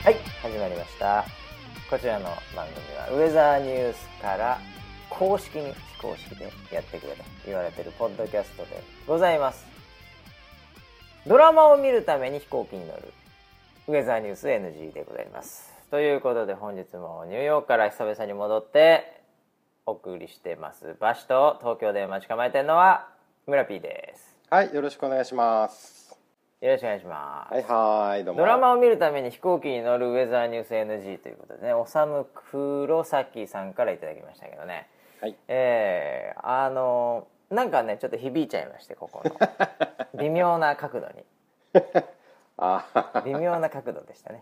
はい、始まりました。こちらの番組はウェザーニュースから公式に非公式でやってくれと言われているポッドキャストでございます。ドラマを見るために飛行機に乗るウェザーニュース NG でございます。ということで本日もニューヨークから久々に戻ってお送りしてますバシと東京で待ち構えてるのは村 P です。 はい、よろしくお願いします。 よろしくお願いします。 はい、どうも。 ドラマを見るために飛行機に乗るウェザーニュース NG ということでね、おさむ黒崎さんからいただきましたけどね。 はい。 なんかねちょっと響いちゃいまして、ここの微妙な角度に微妙な角度でしたね。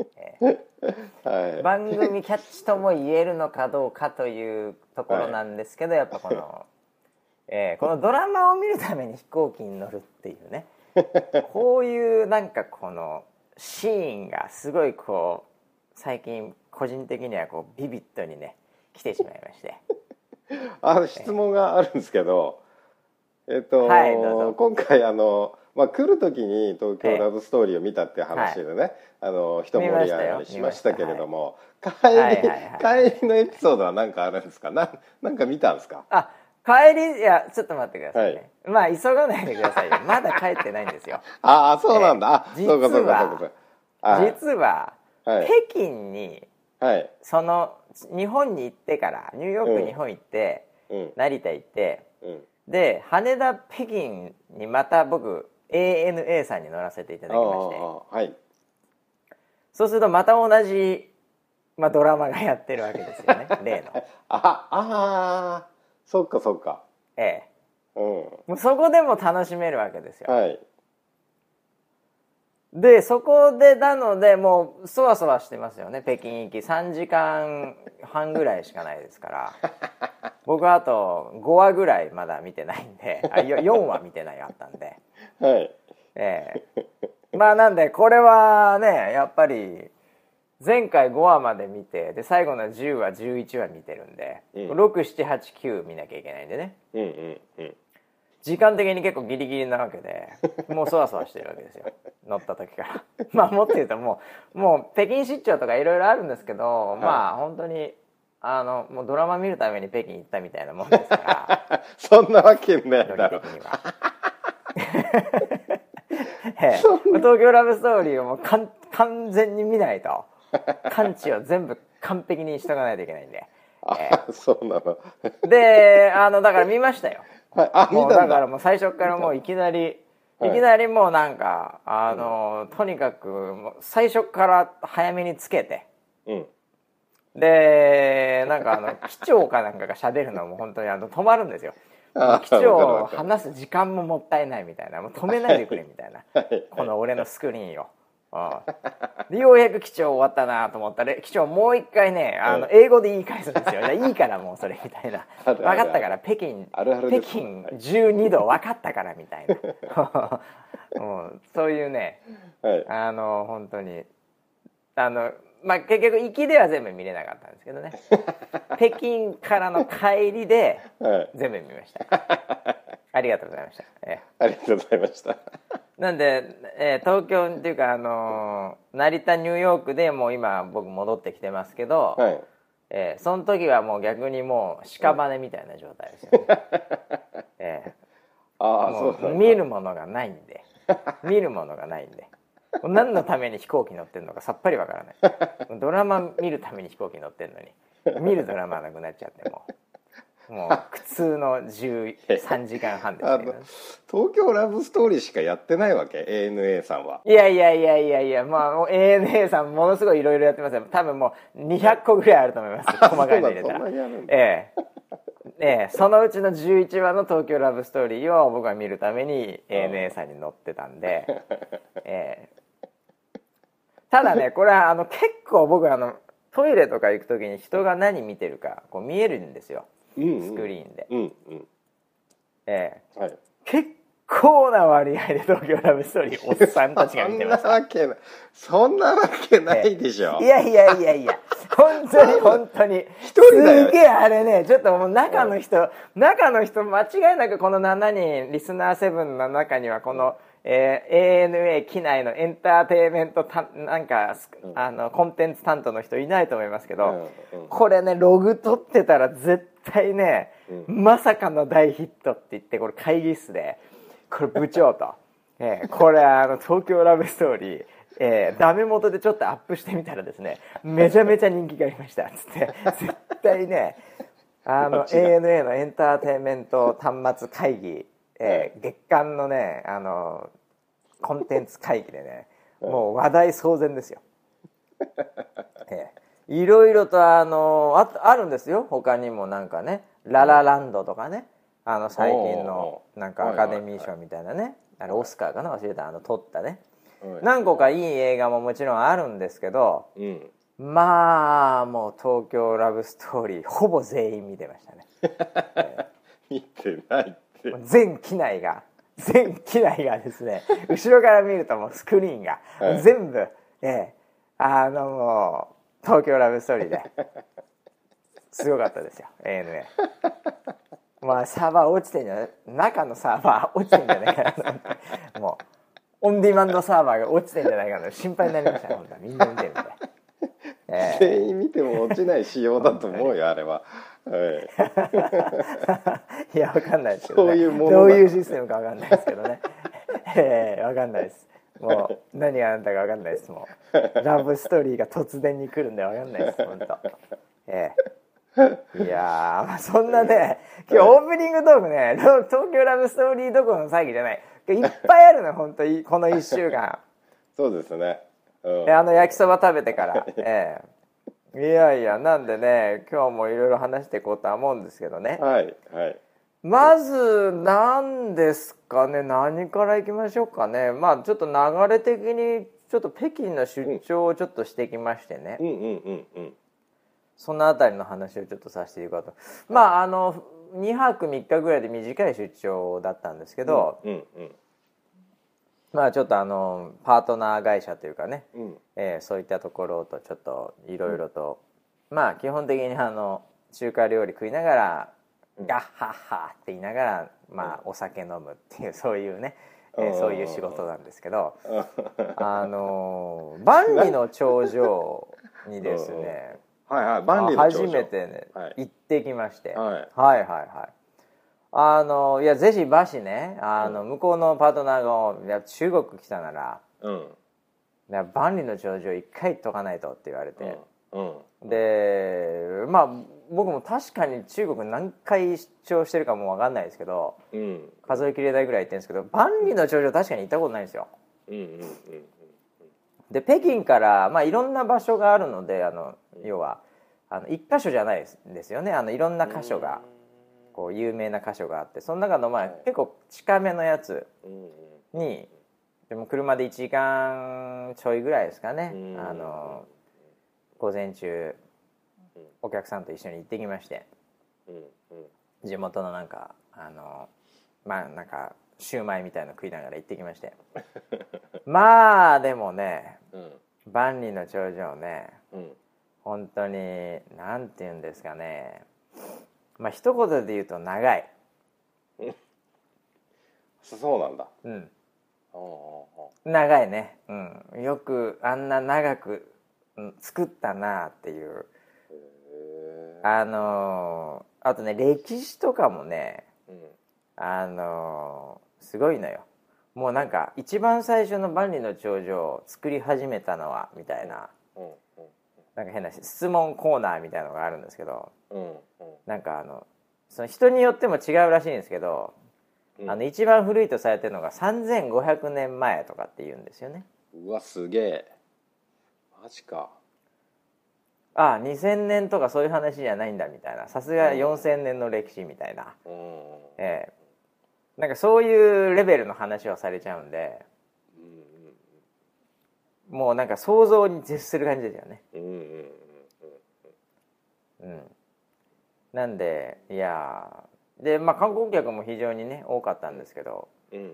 はい、番組キャッチとも言えるのかどうかというところなんですけど、やっぱこのドラマを見るために飛行機に乗るっていうねこういうなんかこのシーンがすごいこう最近個人的にはこうビビッドにね来てしまいまして質問があるんですけど、 はい、どうぞ。 今回来る時に東京ラブストーリーを見たっていう話でね、一盛り上がりしましたけれども、帰りのエピソードは何かあるんですか？なんか見たんですか？ 帰り、いやちょっと待ってくださいね、はい、急がないでくださいよ。まだ帰ってないんですよ。 そうなんだ。 実は、北京に、その日本に行ってからニューヨーク、日本行って、成田行って、で羽田北京にまた僕 ANA さんに乗らせていただきまして、そうするとまた同じ、ドラマがやってるわけですよね例のそっかそっか。 もうそこでも楽しめるわけですよ。でそこでなのでもうそわそわしてますよね。北京行き3時間半ぐらいしかないですから僕はあと5話ぐらいまだ見てないんで4話見てないあったんでなんでこれはねやっぱり前回5話まで見て、で最後の10話11話見てるんで、6、7、8、9見なきゃいけないんでね、時間的に結構ギリギリなわけでもうそわそわしてるわけですよ乗った時からもっと言うともう北京出張とかいろいろあるんですけど、本当にもうドラマ見るために北京行ったみたいなもんですからそんなわけねえだろ的には東京ラブストーリーをもう完全に見ないと感知を全部完璧にしとかないといけないんでそうなのでだから見ましたよ。 見たんだ。 だからもう最初からもういきなりもうなんかとにかく最初から早めにつけて、でなんか機長かなんかが喋るのも本当に止まるんですよ。機長を話す時間ももったいないみたいな、もう止めないでくれみたいなこの俺のスクリーンをでようやく機長終わったなと思ったら機長もう一回ね英語で言い返すんですよ。いいからもうそれみたいな分かったから北京12度分かったからみたいなもうそういうね、本当に結局行きでは全部見れなかったんですけどね北京からの帰りで全部見ましたありがとうございました。 ありがとうございましたなんで、東京っていうか成田ニューヨークでもう今僕戻ってきてますけど、その時はもう逆にもう屍みたいな状態ですよねもう見るものがないんで何のために飛行機乗ってるのかさっぱりわからないドラマ見るために飛行機乗ってるのに見るドラマなくなっちゃってもう苦痛の13時間半ですね東京ラブストーリーしかやってないわけ ANA さんは。 いやANA さんものすごいいろいろやってますよ。多分もう200個ぐらいあると思います細かいの入れたらそのうちの11話の東京ラブストーリーを僕は見るために ANA さんに乗ってたんでただねこれは結構僕トイレとか行く時に人が何見てるかこう見えるんですよスクリーンで。結構な割合で東京ラブストーリーおっさんたちが見てました。 そんなわけないでしょ。 いや本当に一人だよ。 すげえあれねちょっともう中の人間違いなくこの7人リスナー7の中にはこの ANA 機内のエンターテインメントなんかコンテンツ担当の人いないと思いますけど、これねログ取ってたら絶対ね、まさかの大ヒットって言って、これ会議室でこれ部長と、これ東京ラブストーリー、ダメ元でちょっとアップしてみたらですね、めちゃめちゃ人気がありましたっつって、絶対ねANA のエンターテインメント端末会議、月間のねコンテンツ会議でね、もう話題騒然ですよ。いろいろとあるんですよ。他にもなんかね、ララランドとかね、最近のなんかアカデミー賞みたいなね、オスカーかな、忘れた、撮ったね、何個かいい映画ももちろんあるんですけど、まあもう東京ラブストーリーほぼ全員見てましたね。 見てないって。 全機内がですね、後ろから見るともうスクリーンが全部、もう東京ラブストーリーですごかったですよ。ANA まあサーバー落ちてんじゃない、中のサーバー落ちてんじゃないかなと思って、もうオンディマンドサーバーが落ちてんじゃないかなと心配になりましたね。本当はみんな見てるみたい。 全員見ても落ちない仕様だと思うよあれは。 いや分かんないですけどね、どういうシステムか分かんないですけどね。分かんないです。もう何があんだか分かんないです。もうラブストーリーが突然に来るんで分かんないです本当。いやまあそんなね、今日オープニングトークね、東京ラブストーリーどころの騒ぎじゃない、いっぱいあるの本当にこの1週間。 そうですね、 焼きそば食べてから、いやいや、なんでね今日もいろいろ話していこうとは思うんですけどね。 はいはい。 まず何ですかね、何からいきましょうかね。まあちょっと流れ的にちょっと北京の出張をちょっとしてきましてね、そのあたりの話をちょっとさせていこうと。まあ2泊3日ぐらいで短い出張だったんですけど、まあちょっとパートナー会社というかね、そういったところとちょっといろいろと、まあ基本的に中華料理食いながらガッハッハって言いながら、まあお酒飲むっていうそういうね、そういう仕事なんですけど、万里の長城にですね、初めてね行ってきまして、いやぜひバシね、向こうのパートナーがいや中国来たなら、万里の長城一回行っとかないとって言われて、でまあ僕も確かに中国何回出張してるかも分かんないですけど、数えきれないぐらい行ってるんですけど、万里の長城確かに行ったことないんですよ。で北京からまあいろんな場所があるので、要は一箇所じゃないですよね。いろんな箇所がこう有名な箇所があって、その中のまあ結構近めのやつに、でも車で1時間ちょいぐらいですかね、午前中お客さんと一緒に行ってきまして、地元のなんかまあなんかシューマイみたいなの食いながら行ってきましてまあでもね、万里の長城ね、本当になんていうんですかね、まあ一言で言うと長い。 そうなんだ。 長いね。よくあんな長く作ったなっていう。あとね歴史とかもね、すごいのよ。もうなんか一番最初の万里の長城を作り始めたのはみたいな、なんか変な質問コーナーみたいなのがあるんですけど、なんかその人によっても違うらしいんですけど、一番古いとされてるのが3500年前とかって言うんですよね。 うわすげえ、マジか。 2000年とかそういう話じゃないんだみたいな、さすが4000年の歴史みたいな、なんかそういうレベルの話をされちゃうんで、もうなんか想像に絶する感じですよね。なんでいやでまあ観光客も非常にね多かったんですけど、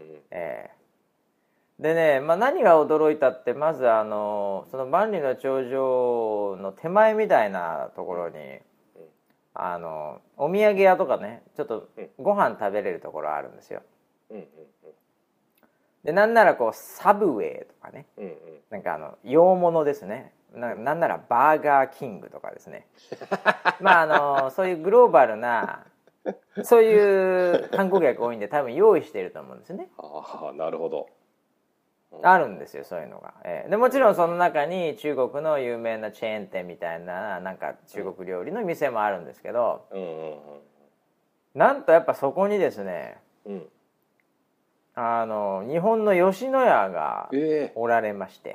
でね、まあ、何が驚いたって、まずその万里の長城の手前みたいなところにお土産屋とかね、ちょっとご飯食べれるところあるんですよ。 でなんならこうサブウェイとかね、なんか洋物ですね、なんならバーガーキングとかですねまあそういうグローバルなそういう観光客多いんで多分用意してると思うんですね。 ああ、なるほど。 あるんですよそういうのが、でもちろんその中に中国の有名なチェーン店みたいななんか中国料理の店もあるんですけど、なんとやっぱそこにですね、日本の吉野家がおられまして、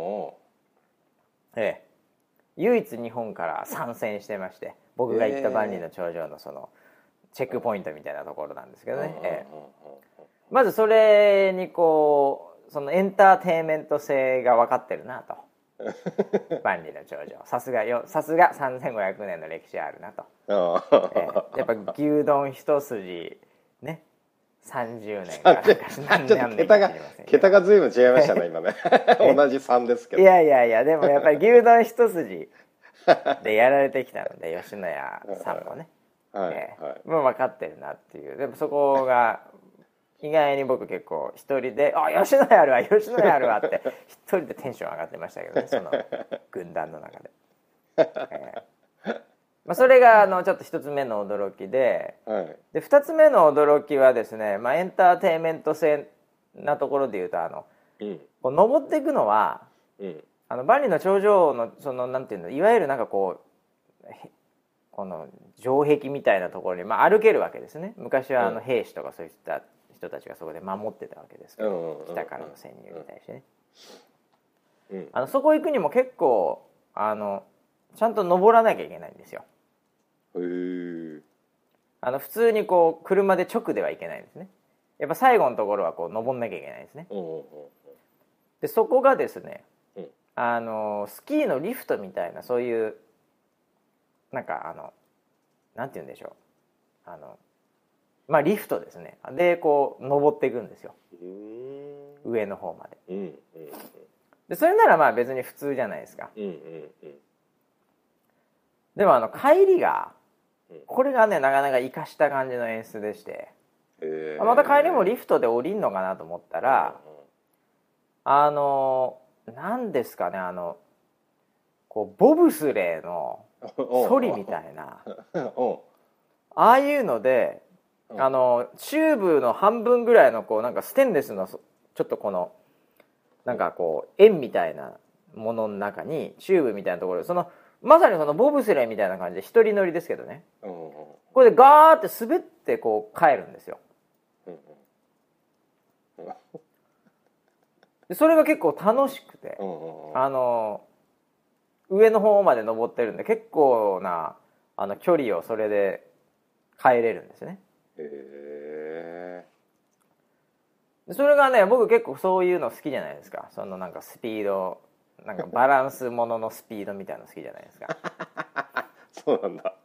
唯一日本から参戦してまして、僕が行った万里の長城のそのチェックポイントみたいなところなんですけどね、まずそれにこうそのエンターテインメント性が分かってるなと万里の長城さすが3500年の歴史あるなと、やっぱ牛丼一筋ね30年から何年か知りませんけど桁が随分違いましたね今ね同じ3ですけど、 いやでもやっぱり牛丼一筋でやられてきたので吉野家さんもね、もう分かってるなっていう。でもそこが意外に僕結構一人で「あ吉野家あるわ吉野家あるわ」って一人でテンション上がってましたけどねその軍団の中で、それがちょっと一つ目の驚きで、で二つ目の驚きはですね、エンターテインメント性なところでいうとこう登っていくのは、万里の長城のそのなんていうのいわゆるなんかこの城壁みたいなところに、歩けるわけですね。昔は兵士とかそういった人たちがそこで守ってたわけですけど、北からの潜入に対してね、そこ行くにも結構ちゃんと登らなきゃいけないんですよ。普通にこう車で直ではいけないんですね。やっぱ最後のところはこう登んなきゃいけないですね。でそこがですね、スキーのリフトみたいなそういうなんかなんて言うんでしょう、リフトですね。でこう登っていくんですよ、上の方まで。でそれなら別に普通じゃないですか。でも帰りがこれがねなかなか生かした感じの演出でして、また帰りもリフトで降りんのかなと思ったら、何ですかねこうボブスレーのソリみたいなああいうのでチューブの半分ぐらいのこうなんかステンレスのちょっとこのなんかこう円みたいなものの中にチューブみたいなところでまさにそのボブスレーみたいな感じで一人乗りですけどね、これでガーって滑ってこう帰るんですよ。でそれが結構楽しくて、上の方まで登ってるんで結構な距離をそれで帰れるんですよね。それがね僕結構そういうの好きじゃないですか。そのなんかスピードなんかバランスもののスピードみたいなの好きじゃないですかそうなんだ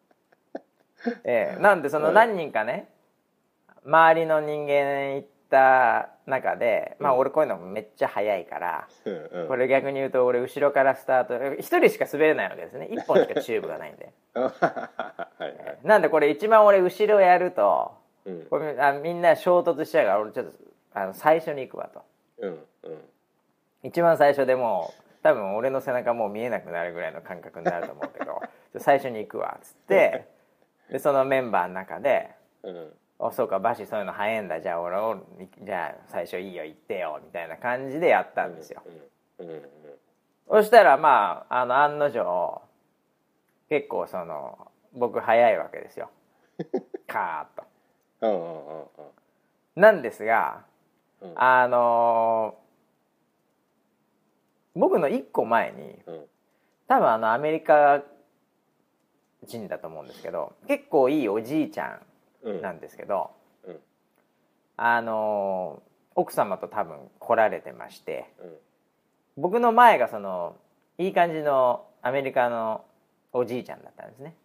なんでその何人かね周りの人間行った中で、俺こういうのめっちゃ速いから、これ逆に言うと俺後ろからスタート一人しか滑れないわけですね。一本しかチューブがないんでなんでこれ一番俺後ろやると、これみんな衝突しちゃうから俺ちょっと最初に行くわと、一番最初でもう多分俺の背中もう見えなくなるぐらいの感覚になると思うけど最初に行くわっつってでそのメンバーの中でそうかバシそういうの早いんだ、じゃあじゃあ最初いいよ行ってよみたいな感じでやったんですよ。そしたら案の定結構僕早いわけですよカーッとなんですが僕の1個前に多分アメリカ人だと思うんですけど結構いいおじいちゃんなんですけど、奥様と多分来られてまして、僕の前がいい感じのアメリカのおじいちゃんだったんですね。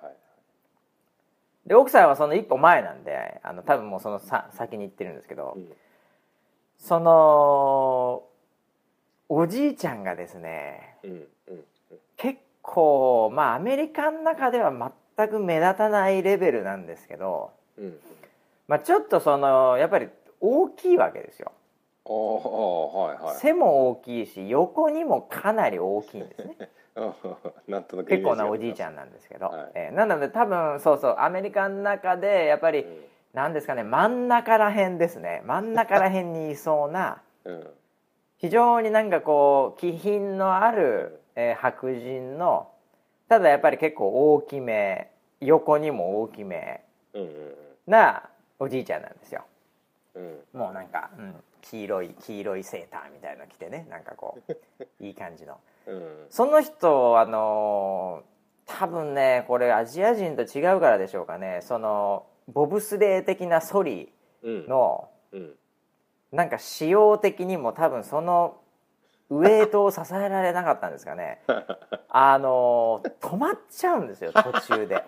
で奥さんはその一歩前なんで多分もうその先に行ってるんですけど、そのおじいちゃんがですね、結構アメリカの中では全く目立たないレベルなんですけど、ちょっとやっぱり大きいわけですよ。 はいはい、 背も大きいし横にもかなり大きいんですねなんとなく結構なおじいちゃんなんですけど、 はい、 なので多分そうそうアメリカの中でやっぱり、なんですかね、真ん中ら辺ですね、真ん中ら辺にいそうな、非常になんかこう気品のある、白人の、ただやっぱり結構大きめ、横にも大きめなおじいちゃんなんですよ、もうなんか、黄色いセーターみたいなの着てね、なんかこういい感じの、その人多分ね、これアジア人と違うからでしょうかね、そのボブスレー的なソリの、なんか仕様的にも多分そのウエイトを支えられなかったんですかね止まっちゃうんですよ途中で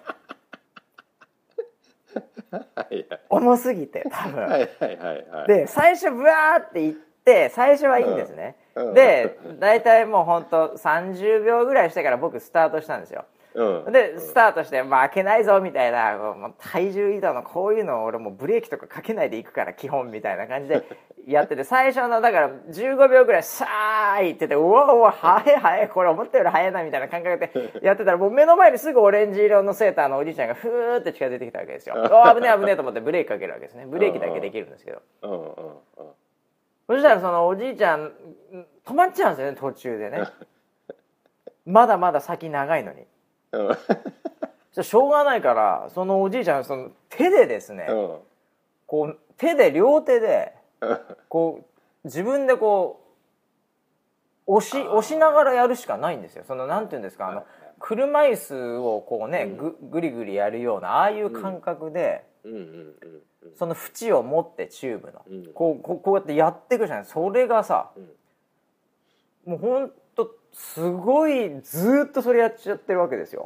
重すぎて多分、で最初ブワーっていって最初はいいんですね、で大体もうほんと30秒ぐらいしてから僕スタートしたんですよ、でスタートして負けないぞみたいな、もう体重移動のこういうのを俺もうブレーキとかかけないでいくから基本みたいな感じでやってて、最初のだから15秒ぐらいさーいってて、うわうわ早いこれ思ったより早いなみたいな感覚でやってたら、もう目の前にすぐオレンジ色のセーターのおじいちゃんがふーって近づいてきたわけですよ。危ねえと思ってブレーキかけるわけですね。ブレーキだけできるんですけど、そしたらそのおじいちゃん止まっちゃうんですよね途中でねまだまだ先長いのにしょうがないからそのおじいちゃんその手でですね、こう両手でこう自分でこう押しながらやるしかないんですよ。そのなんていうんですか、車椅子をこうね、ぐりぐりやるようなああいう感覚で、その縁を持ってチューブの、こうやってやっていくじゃない。それがさ、もうほんとすごいずっとそれやっちゃってるわけですよ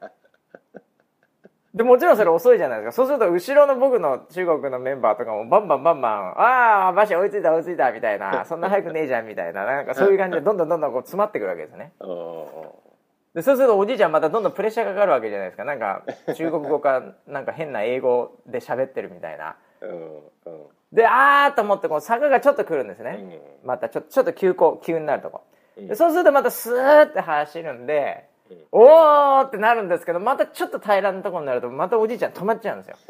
でもちろんそれ遅いじゃないですか。そうすると後ろの僕の中国のメンバーとかもバンバンああバシ追いついたみたいなそんな早くねえじゃんみたいな、なんかそういう感じでどんどんこう詰まってくるわけですねでそうするとおじいちゃんまたどんどんプレッシャーかかるわけじゃないですか。なんか中国語かなんか変な英語で喋ってるみたいなで、と思ってこう坂がちょっと来るんですね、またちょっと急になるとこで、そうするとまたスーって走るんで、おーってなるんですけど、またちょっと平らなところになるとまたおじいちゃん止まっちゃうんですよ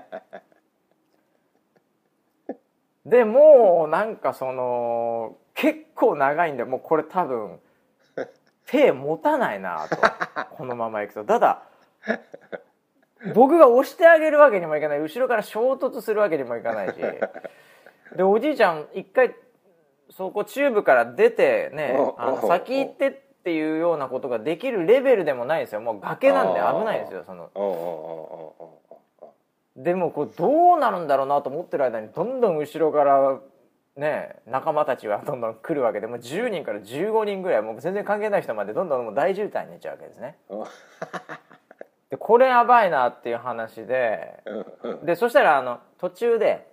でもうなんかその結構長いんで、もうこれ多分手持たないなとこのままいくと。ただ僕が押してあげるわけにもいかない、後ろから衝突するわけにもいかないしでおじいちゃん一回そこチューブから出てね、先行ってっていうようなことができるレベルでもないですよ。もう崖なんで危ないですよ。そのでもこうどうなるんだろうなと思ってる間にどんどん後ろからね仲間たちはどんどん来るわけで、もう10人から15人ぐらいもう全然関係ない人までどんどんもう大渋滞になっちゃうわけですねでこれやばいなっていう話で、そしたら途中で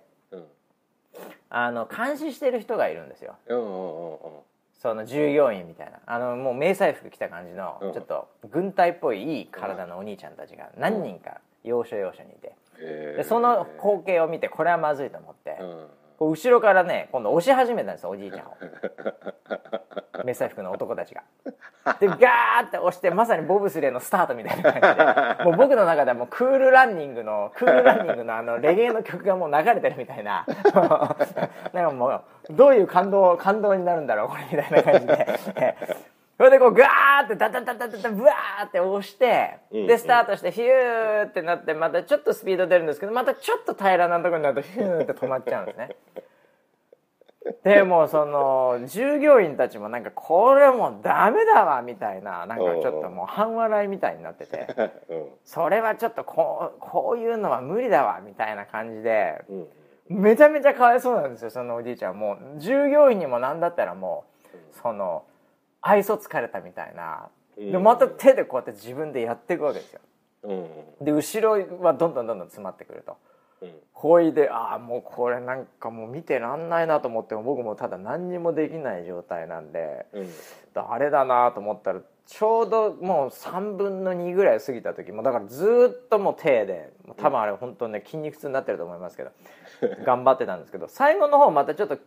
監視してる人がいるんですよ。その従業員みたいなもう迷彩服着た感じのちょっと軍隊っぽいいい体のお兄ちゃんたちが何人か要所にいて、でその光景を見てこれはまずいと思って、こう後ろからね今度押し始めたんですよおじいちゃんを迷彩服の男たちが。でガーって押して、まさにボブスレーのスタートみたいな感じでもう僕の中ではもうクールランニングのレゲエの曲がもう流れてるみたいななんかもうどういう感動になるんだろうこれみたいな感じでそれでこうガーってダブワーって押して、でスタートしてヒューってなって、またちょっとスピード出るんですけど、またちょっと平らなところになるとヒューって止まっちゃうんですねでもその従業員たちもなんかこれもうダメだわみたいな、なんかちょっともう半笑いみたいになっててそれはちょっとこういうのは無理だわみたいな感じで、めちゃめちゃかわいそうなんですよそのおじいちゃん。もう従業員にもなんだったらもうその愛想疲れたみたいなで、また手でこうやって自分でやっていくわけですよ。で後ろはどんどん詰まってくると、ほいでもうこれなんかもう見てらんないなと思っても、僕もただ何にもできない状態なんで、あれだなと思ったらちょうどもう3分の2ぐらい過ぎた時も、だからずっともう手で多分あれ本当ね筋肉痛になってると思いますけど頑張ってたんですけど、最後の方またちょっと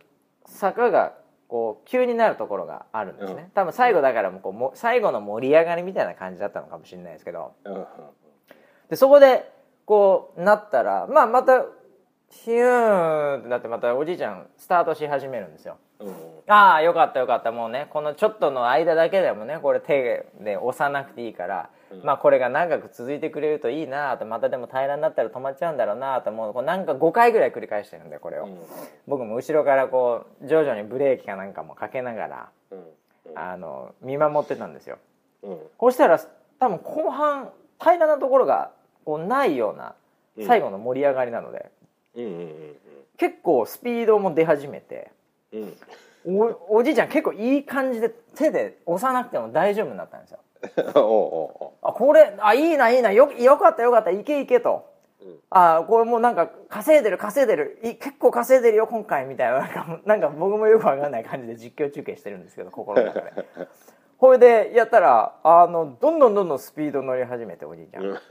坂がこう急になるところがあるんですね、多分最後だからもう最後の盛り上がりみたいな感じだったのかもしれないですけど、でそこでこうなったらまたヒューンってなって、またおじいちゃんスタートし始めるんですよ。ああよかったよかった、もうねこのちょっとの間だけでもねこれ手で押さなくていいから、これが長く続いてくれるといいなと、またでも平らになったら止まっちゃうんだろうなと、もうなんか5回ぐらい繰り返してるんでこれを、僕も後ろからこう徐々にブレーキかなんかもかけながら、見守ってたんですよ。こうしたら多分後半平らなところがこうないような最後の盛り上がりなので、結構スピードも出始めて、おじいちゃん結構いい感じで手で押さなくても大丈夫になったんですよ。これいいなよかったいけいけと、これもうなんか稼いでる結構稼いでるよ今回みたいな、なんか僕もよくわかんない感じで実況中継してるんですけど心の中でこれでやったらどんどんスピード乗り始めて、おじいちゃん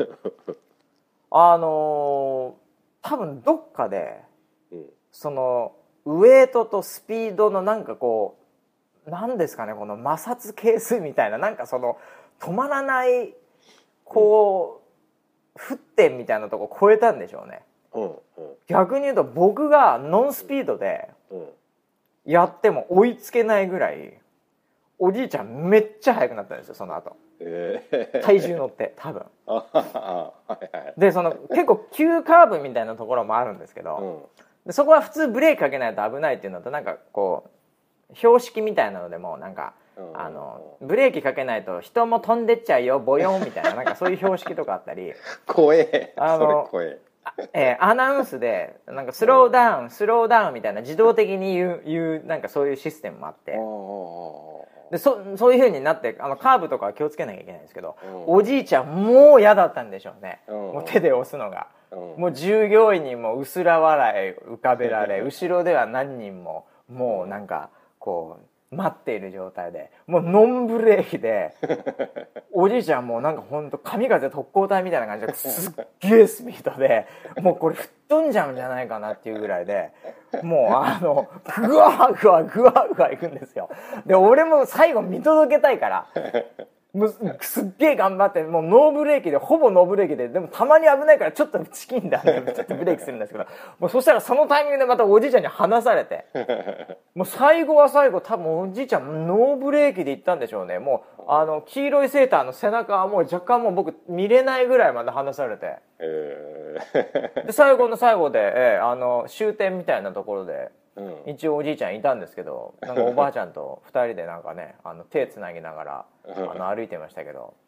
多分どっかで、そのウエイトとスピードのなんかこうなんですかね、この摩擦係数みたいな、なんかその止まらないこう沸点みたいなとこ超えたんでしょうね、逆に言うと僕がノンスピードでやっても追いつけないぐらいおじいちゃんめっちゃ速くなったんですよ、その後。体重乗って多分でその結構急カーブみたいなところもあるんですけど、でそこは普通ブレーキかけないと危ないっていうのと、なんかこう標識みたいなのでもなんかブレーキかけないと人も飛んでっちゃうよボヨンみたいな、なんかそういう標識とかあったり怖えアナウンスでなんかスローダウンみたいな自動的に言うなんかそういうシステムもあって、でそういう風になってカーブとかは気をつけなきゃいけないんですけど、おじいちゃんもう嫌だったんでしょうね、もう手で押すのが。もう従業員にも薄ら笑い浮かべられ後ろでは何人ももうなんかこう待っている状態で、もうノンブレーキでおじいちゃんもうなんかほんと神風特攻隊みたいな感じですっげえスピードでもうこれ吹っ飛んじゃうんじゃないかなっていうぐらいで、もうグワグワいくんですよ。で俺も最後見届けたいからもうすっげえ頑張って、もうノーブレーキでほぼノーブレーキで、でもたまに危ないからちょっとチキンだねちょっとブレーキするんですけど、もうそしたらそのタイミングでまたおじいちゃんに離されてもう最後は最後多分おじいちゃんノーブレーキで行ったんでしょうね。もう黄色いセーターの背中はもう若干もう僕見れないぐらいまで離されて、で最後の最後で、終点みたいなところで一応おじいちゃんいたんですけど、なんかおばあちゃんと2人でなんかね手つなぎながら歩いてましたけど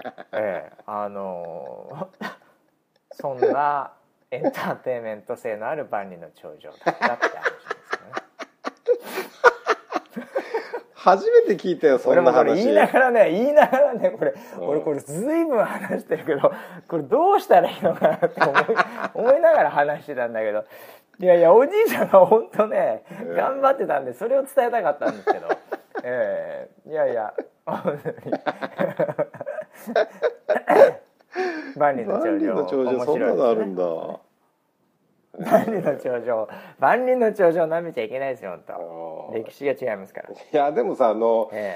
そんなエンターテインメント性のある万里の長城だったって話ですよね初めて聞いたよ、そんな話。俺もこれ言いながらね俺これずいぶん話してるけど、これどうしたらいいのかなって思いながら話してたんだけど、いやおじいちゃんが本当ね頑張ってたんでそれを伝えたかったんですけど、いや本当に万里の長城そんなのあるんだ。 万里の長城舐めちゃいけないですよ本当。歴史が違いますから。 いやでもさそ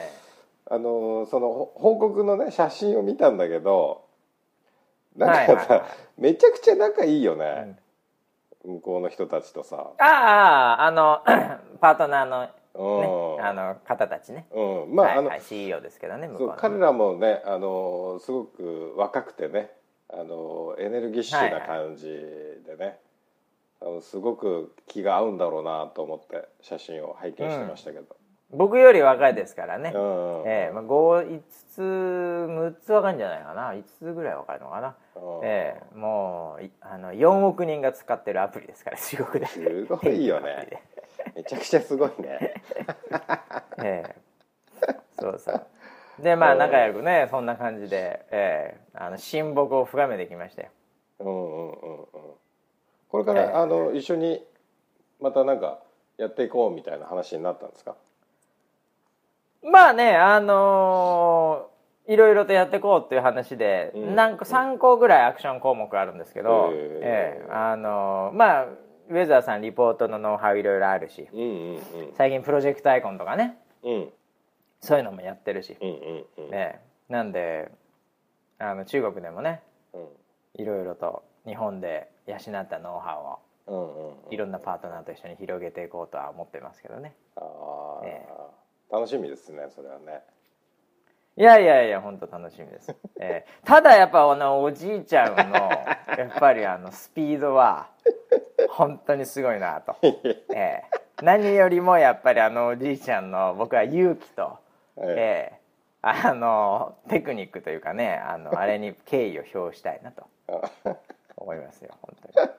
の報告のね写真を見たんだけど、なんかさ、めちゃくちゃ仲いいよね、向こうの人たちとさ。 パートナーのね、方たちね、CEO ですけどね、向こうの。 彼らもねすごく若くてねエネルギッシュな感じでね、すごく気が合うんだろうなと思って写真を拝見してましたけど、 僕より若いですからね、5つ6つ若いんじゃないかな、5つぐらい若いのかな、もう4億人が使ってるアプリですから、中国で。 すごいよねめちゃくちゃすごいねそうで仲良くねそんな感じで、親睦を深めてきましたよ。 これから、一緒にまたなんかやっていこうみたいな話になったんですか？ まあねいろいろとやっていこうっていう話で、なんか3個ぐらいアクション項目あるんですけど、まあウェザーさんリポートのノウハウいろいろあるし、 うんうんうん、 最近プロジェクトアイコンとかね、 うん、 そういうのもやってるし、 うんうんうん、 ね、なんで中国でもね、 うん、 いろいろと日本で養ったノウハウをいろんなパートナーと一緒に広げていこうとは思ってますけどね。 楽しみですね、それはね。 いやいやいや、本当楽しみです。ただやっぱおじいちゃんのやっぱりスピードは本当にすごいなと。何よりもやっぱりおじいちゃんの僕は勇気と、テクニックというかね、あれに敬意を表したいなと思いますよ、本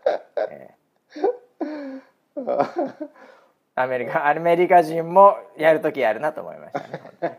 当に。アメリカ人もやるときやるなと思いましたね、本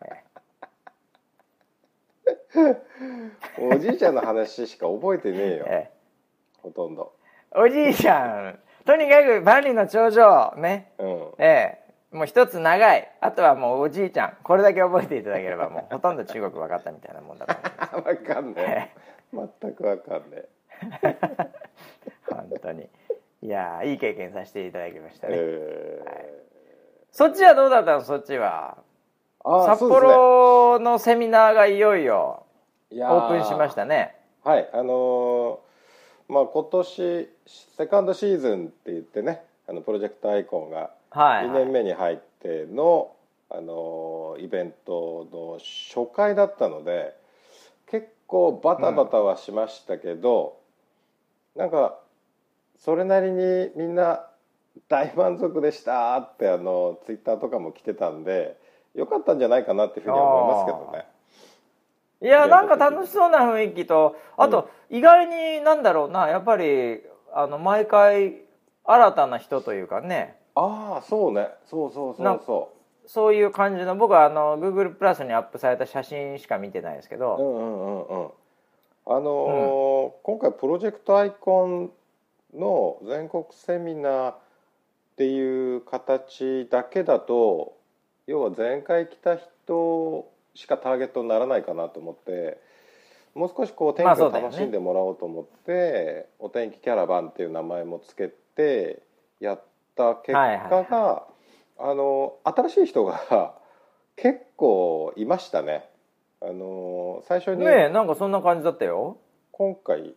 当に。おじいちゃんの話しか覚えてねえよ、ほとんど。 おじいちゃんとにかく万里の長城ね、もう一つ長い、あとはもうおじいちゃん、これだけ覚えていただければもうほとんど中国分かったみたいなもんだと思います。 分かんねえ、全く分かんねえ。 本当にいやいい経験させていただきましたね。そっちはどうだったの？そっちは札幌のセミナーがいよいよオープンしましたね。 はい、今年セカンドシーズンって言ってね、プロジェクトアイコンが2年目に入っての、イベントの初回だったので結構バタバタはしましたけど、なんかそれなりにみんな大満足でしたってツイッターとかも来てたんでよかったんじゃないかなっていうふうには思いますけどね。 いやなんか楽しそうな雰囲気と、あと意外になんだろうな、やっぱり毎回新たな人というかね。 そうね、 そういう感じの、僕はGoogle プラスにアップされた写真しか見てないですけど、 今回プロジェクトアイコンの全国セミナーっていう形だけだと、要は前回来た人しかターゲットにならないかなと思って、もう少しこう天気を楽しんでもらおうと思って、お天気キャラバンっていう名前もつけてやった結果が、新しい人が結構いましたね。最初になんかそんな感じだったよ。 今回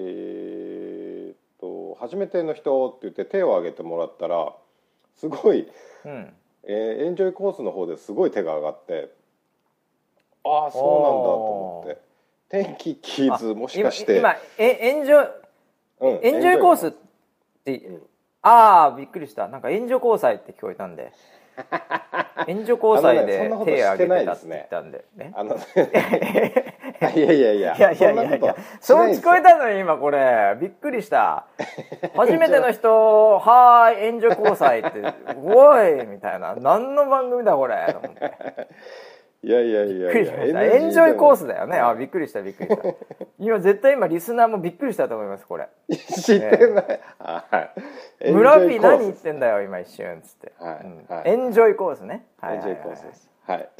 初めての人って言って手を挙げてもらったらすごい、エンジョイコースの方ですごい手が上がって、そうなんだと思って、天気キーズもしかして今エンジョイコースって、びっくりした、なんか援助交際って聞こえたんで援助交際で手を挙げてたって言ったんでね。いやそう聞こえたのに今これびっくりした。初めての人はーい援助交際っておいみたいな、何の番組だこれと思って。 いやエンジョイコースだよね。びっくりした今絶対今リスナーもびっくりしたと思います。これ知ってない、 村ピー何言ってんだよ今一瞬つって、エンジョイコースね。 エンジョイコースです。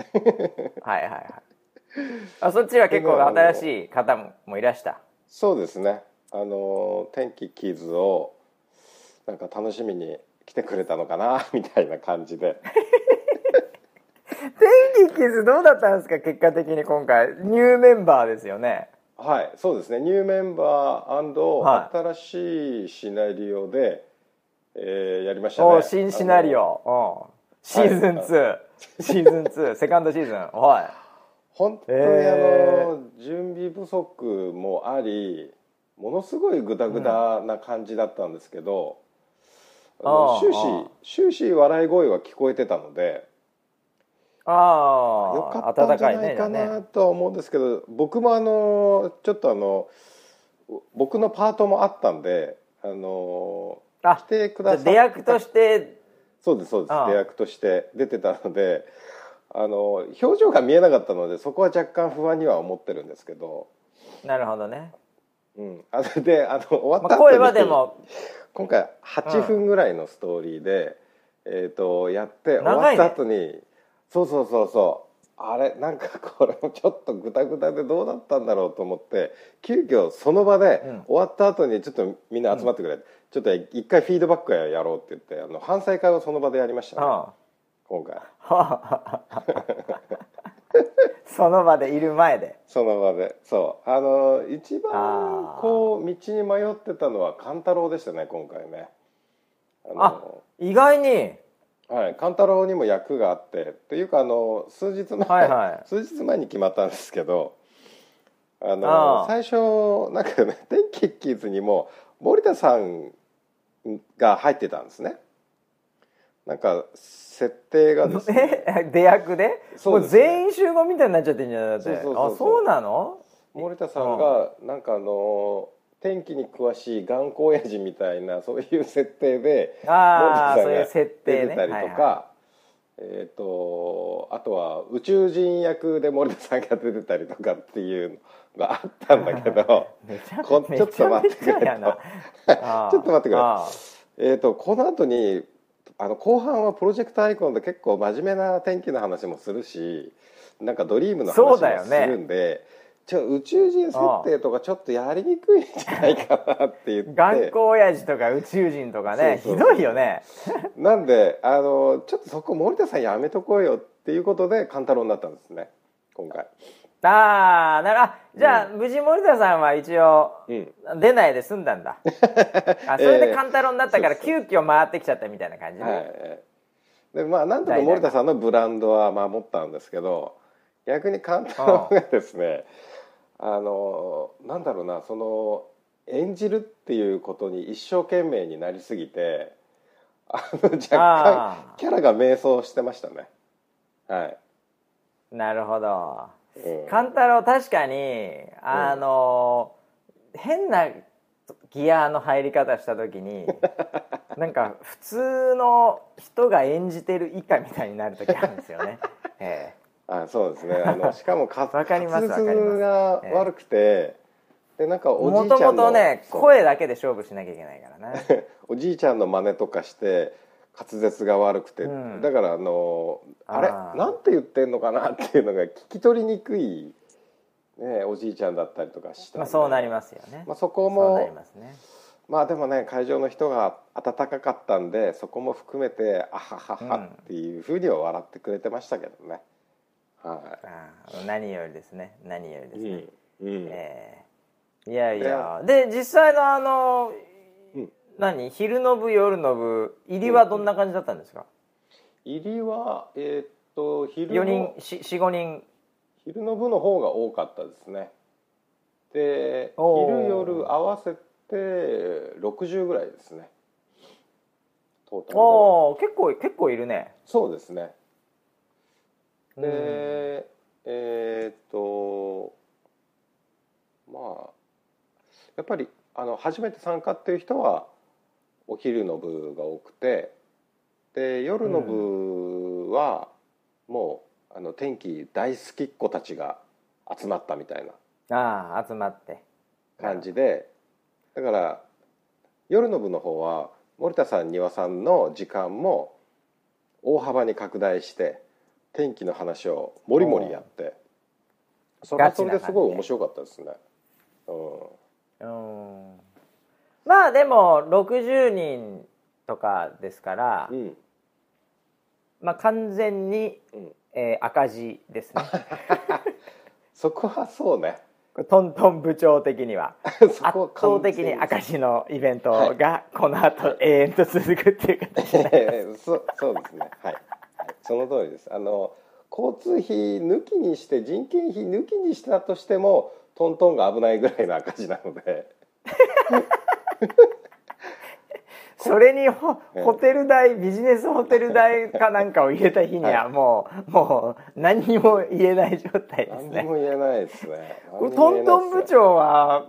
そっちは結構新しい方もいらした。 そうですね、天気キーズをなんか楽しみに来てくれたのかなみたいな感じで天気キーズどうだったんですか？結果的に今回ニューメンバーですよね。 はい、そうですね、ニューメンバー&新しいシナリオで、やりましたね。 新シナリオ、シーズン2、シーズン2セカンドシーズン。 本当に準備不足もあり、ものすごいグダグダな感じだったんですけど、終始笑い声は聞こえてたので、よかったんじゃないかなとは思うんですけど、僕もちょっと僕のパートもあったんで、来てくださって、 出役としてそうです出役として出てたので、表情が見えなかったのでそこは若干不安には思ってるんですけど。 なるほどね。 で終わった後に、 声はでも今回8分ぐらいのストーリーで、やって終わった後に、あれなんかこれもちょっとグダグダでどうだったんだろうと思って、急遽その場で終わった後にちょっとみんな集まってくれ、 ちょっと一回フィードバックやろうって言って反省会をその場でやりましたね、今回。 その場でいる前で。 その場で、一番こう道に迷ってたのは勘太郎でしたね、今回ね。 意外に。 はい、勘太郎にも役があってっていうか数日前に決まったんですけど、最初なんかね、天気キッズにも森田さんが入ってたんですね。なんか設定がですね、 出役で、もう全員集合みたいになっちゃってんじゃない？だって。そうなの？ 森田さんがなんか天気に詳しい頑固親父みたいなそういう設定で森田さんが出てたりとか、あとは宇宙人役で森田さんが出てたりとかっていうのがあったんだけどちょっと待ってくれとちょっと待ってくれ、この後に後半はプロジェクトアイコンで結構真面目な天気の話もするし、なんかドリームの話もするんで、宇宙人設定とかちょっとやりにくいんじゃないかなって言って、 頑固親父とか宇宙人とかね、ひどいよね。 なんでちょっとそこ森田さんやめとこうよっていうことで勘太郎になったんですね、今回。じゃあ無事森田さんは一応出ないで済んだんだ。それで勘太郎になったから急遽回ってきちゃったみたいな感じね。 でなんとか森田さんのブランドは守ったんですけど、逆に勘太郎がですね、なんだろうな、演じるっていうことに一生懸命になりすぎて若干キャラが迷走してましたね。はい。 なるほど。勘太郎確かに変なギアの入り方した時になんか普通の人が演じてる以下みたいになる時あるんですよね。 そうですね。しかも滑舌が悪くて、でなんかおじいちゃんのもともとね声だけで勝負しなきゃいけないからな。 おじいちゃんの真似とかして滑舌が悪くて、だからあれなんて言ってんのかなっていうのが聞き取りにくい、ね、おじいちゃんだったりとかしたんで、 そうなりますよね。 そこもでもね、会場の人が温かかったんでそこも含めてあはははっていうふうには笑ってくれてましたけどね。 何よりですね、何よりですね。いやいや、で実際の昼の部夜の部入りはどんな感じだったんですか？ 入りは4 人4、5人昼の部の方が多かったですね。で昼夜合わせて60ぐらいですね、トータルでは。 結構いるね。 そうですね。でやっぱり初めて参加っていう人はお昼の部が多くて、で夜の部はもう天気大好きっ子たちが集まったみたいな集まって感じで、だから夜の部の方は森田さん丹羽さんの時間も大幅に拡大して天気の話をもりもりやって、それはそれですごい面白かったですね。 でも60人とかですから、完全に、赤字ですね。 そこはそうね。 トントン部長的には圧倒的に赤字のイベントがこの後永遠と続くっていう形になります。 そうですね。はい。その通りです。交通費抜きにして人件費抜きにしたとしてもトントンが危ないぐらいの赤字なので。 それにホテル代、ビジネスホテル代かなんかを入れた日にはもう何にも言えない状態ですね。 何も言えないですね。 トントン部長は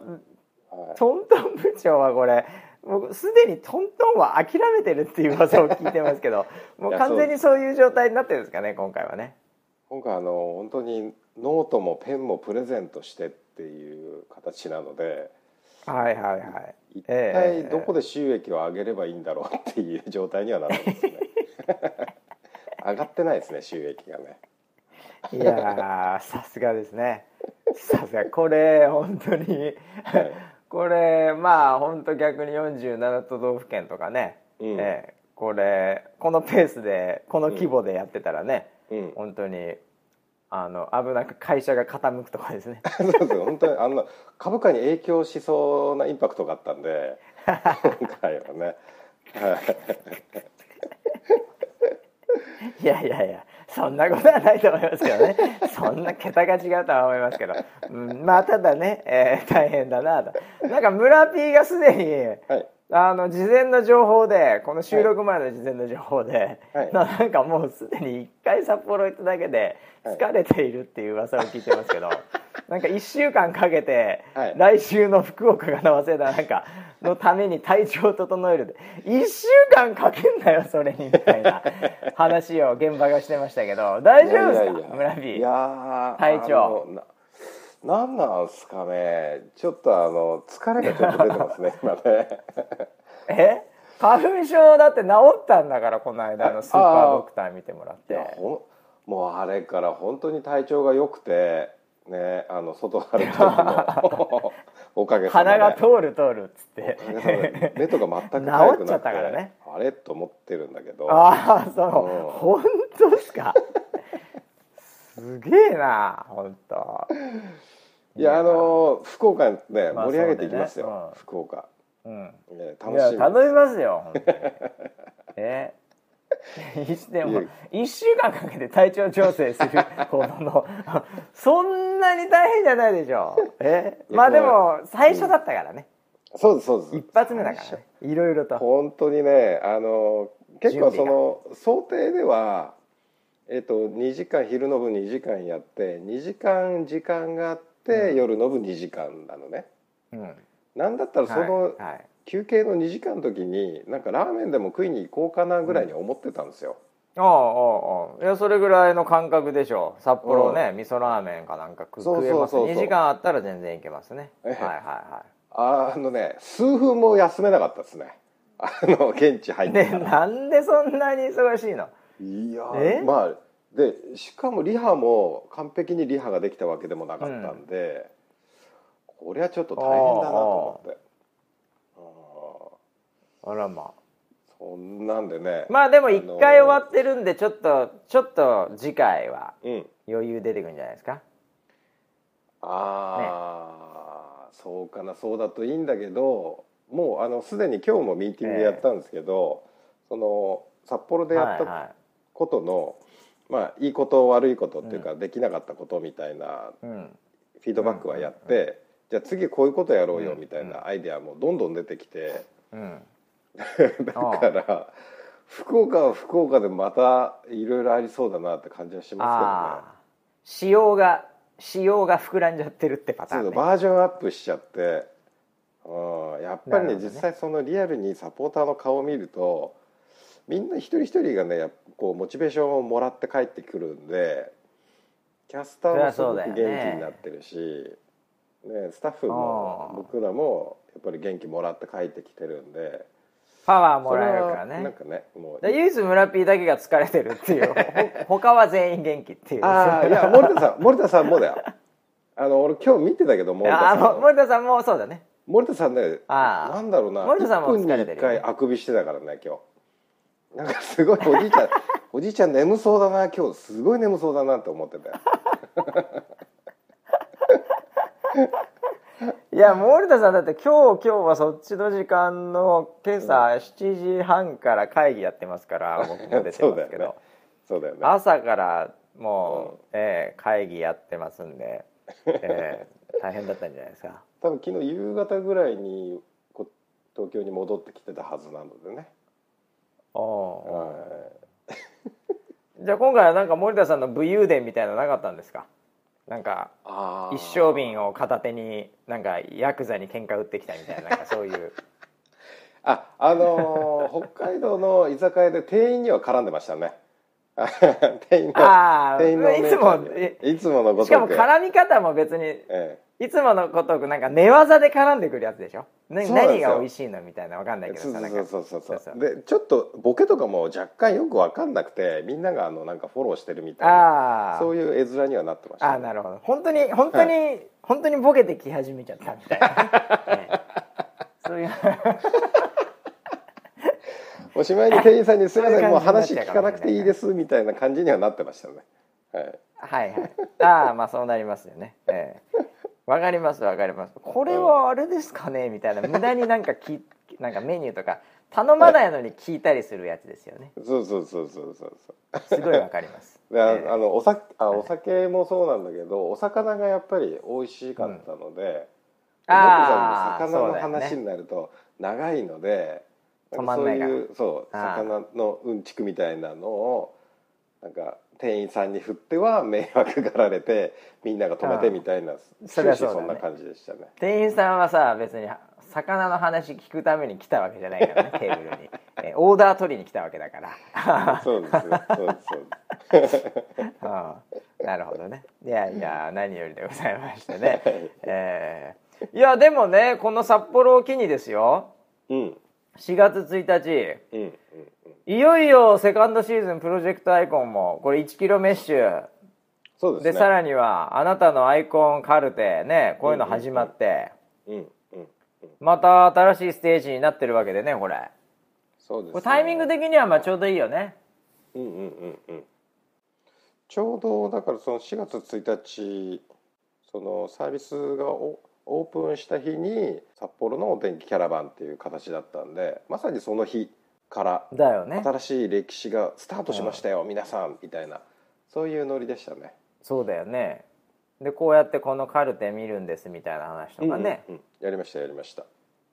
これもうすでにトントンは諦めてるっていう噂を聞いてますけど、もう完全にそういう状態になってるんですかね、今回はね。 今回本当にノートもペンもプレゼントしてっていう形なので、一体どこで収益を上げればいいんだろうっていう状態にはなってますね。上がってないですね、収益がね。 いやさすがですね。さすがこれ本当に、 これまあ本当逆に47都道府県とかね、このペースでこの規模でやってたらね、本当に危なく会社が傾くとかですね。 そうですよ、本当に株価に影響しそうなインパクトがあったんで今回はね。 いやいやいや、そんなことはないと思いますけどね。そんな桁が違うとは思いますけど、まあただね、大変だなと。なんか村 P がすでに、事前の情報で、この収録前の事前の情報で、なんかもうすでに1回札幌行っただけで疲れているっていう噂を聞いてますけど、なんか1週間かけて、来週の福岡が早稲田なんかのために体調を整えるで、1週間かけんなよそれにみたいな話を現場がしてましたけど、大丈夫ですか村 P。 いや体調なんなんすかね、ちょっと疲れがちょっと出てますね今ね。 花粉症だって治ったんだから、この間のスーパードクター見てもらって。 もうあれから本当に体調が良くてね、外歩く時もおかげさまで鼻が通るっつって目とか全くかゆくなくて、 あれと思ってるんだけど。 本当ですか。すげえな本当。 いや福岡ね盛り上げていきますよ、福岡。楽しみ。 頼みますよ本当に。でも1週間かけて体調調整するほどのそんなに大変じゃないでしょ。まあでも最初だったからね。 そうですそうです。 一発目だからね。いろいろと本当にね、結構その想定では2時間昼の部2時間やって2時間時間があって、夜の部2時間なのね。なんだったらその休憩の2時間の時になんかラーメンでも食いに行こうかなぐらいに思ってたんですよ。 いやそれぐらいの感覚でしょ。札幌ね、味噌ラーメンかなんか食えます。2時間あったら全然いけますね。 数分も休めなかったですね。現地入ってから。 なんでそんなに忙しいの。 いやまあでしかもリハも完璧にリハができたわけでもなかったんで、これはちょっと大変だなと思って。 あらまあ。 そんなんでね。 まあでも1回終わってるんでちょっと次回は余裕出てくるんじゃないですか。 そうかな、そうだといいんだけど、もうすでに今日もミーティングやったんですけど、その札幌でやったことの、まあいいこと悪いことっていうか、できなかったことみたいなフィードバックはやって、じゃあ次こういうことやろうよみたいなアイデアもどんどん出てきて、だから福岡は福岡でまたいろいろありそうだなって感じはしますけどね。 仕様が膨らんじゃってるってパターンね。 バージョンアップしちゃって、やっぱりね実際そのリアルにサポーターの顔を見るとみんな一人一人がねこうモチベーションをもらって帰ってくるんで、キャスターもすごく元気になってるし、スタッフも僕らもやっぱり元気もらって帰ってきてるんで、 パワーもらえるからね。 なんかね、もう唯一村 P だけが疲れてるっていう他は全員元気っていう。 いや森田さんもだよ。俺今日見てたけど森田さんもそうだね。 森田さんね、なんだろうな、 森田さんも疲れてる、 1分に1回あくびしてたからね今日。なんかすごいおじいちゃん眠そうだな、今日すごい眠そうだなって思ってたよ。 いや森田さんだって今日はそっちの時間の今朝7時半から会議やってますから、僕も出てますけどそうだよね、 朝からもう、会議やってますんで、大変だったんじゃないですか。 多分昨日夕方ぐらいに東京に戻ってきてたはずなのでね。 じゃあ今回はなんか森田さんの武勇伝みたいなのなかったんですか。なんか一升瓶を片手になんかヤクザに喧嘩売ってきたみたいな、なんかそういう北海道の居酒屋で店員には絡んでましたね。店員のいつものごとく、 しかも絡み方も別に、いつものごとくなんか寝技で絡んでくるやつでしょ。何が美味しいのみたいな、分かんないけどさ、 そうでちょっとボケとかも若干よく分かんなくて、みんながなんかフォローしてるみたいな、そういう絵面にはなってました、ね。 なるほど。本当にボケてき始めちゃったみたいな、 そういうおしまいに店員さんに「すいませんもう話聞かなくていいです」みたいな感じにはなってましたね。 はいはい。ああまあそうなりますよね。わかりますわかります。これはあれですかねみたいな、無駄になんかメニューとか頼まないのに聞いたりするやつですよね。 そうすごいわかります。 お酒もそうなんだけど、お魚がやっぱり美味しかったので、魚の話になると長いので、そういう魚のうんちくみたいなのをなんか店員さんに振っては迷惑がられてみんなが止めてみたいな、終始そんな感じでしたね。 店員さんはさ別に魚の話聞くために来たわけじゃないからねテーブルに、オーダー取りに来たわけだからそうですなるほどね。いやいや何よりでございましてね、いやでもねこの札幌を機にですよ、4月1日、いよいよセカンドシーズンプロジェクトアイコンもこれ1キロメッシュそうですね。 でさらにはあなたのアイコンカルテね、こういうの始まって、また新しいステージになってるわけでねこれ。 そうですね。 これタイミング的にはまあちょうどいいよね。 ちょうどだからその4月1日そのサービスがオープンした日に札幌のお天気キャラバンっていう形だったんで、まさにその日からだよね、 新しい歴史がスタートしましたよ、皆さんみたいな、そういうノリでしたね。 そうだよね。でこうやってこのカルテ見るんですみたいな話とかね、 やりました。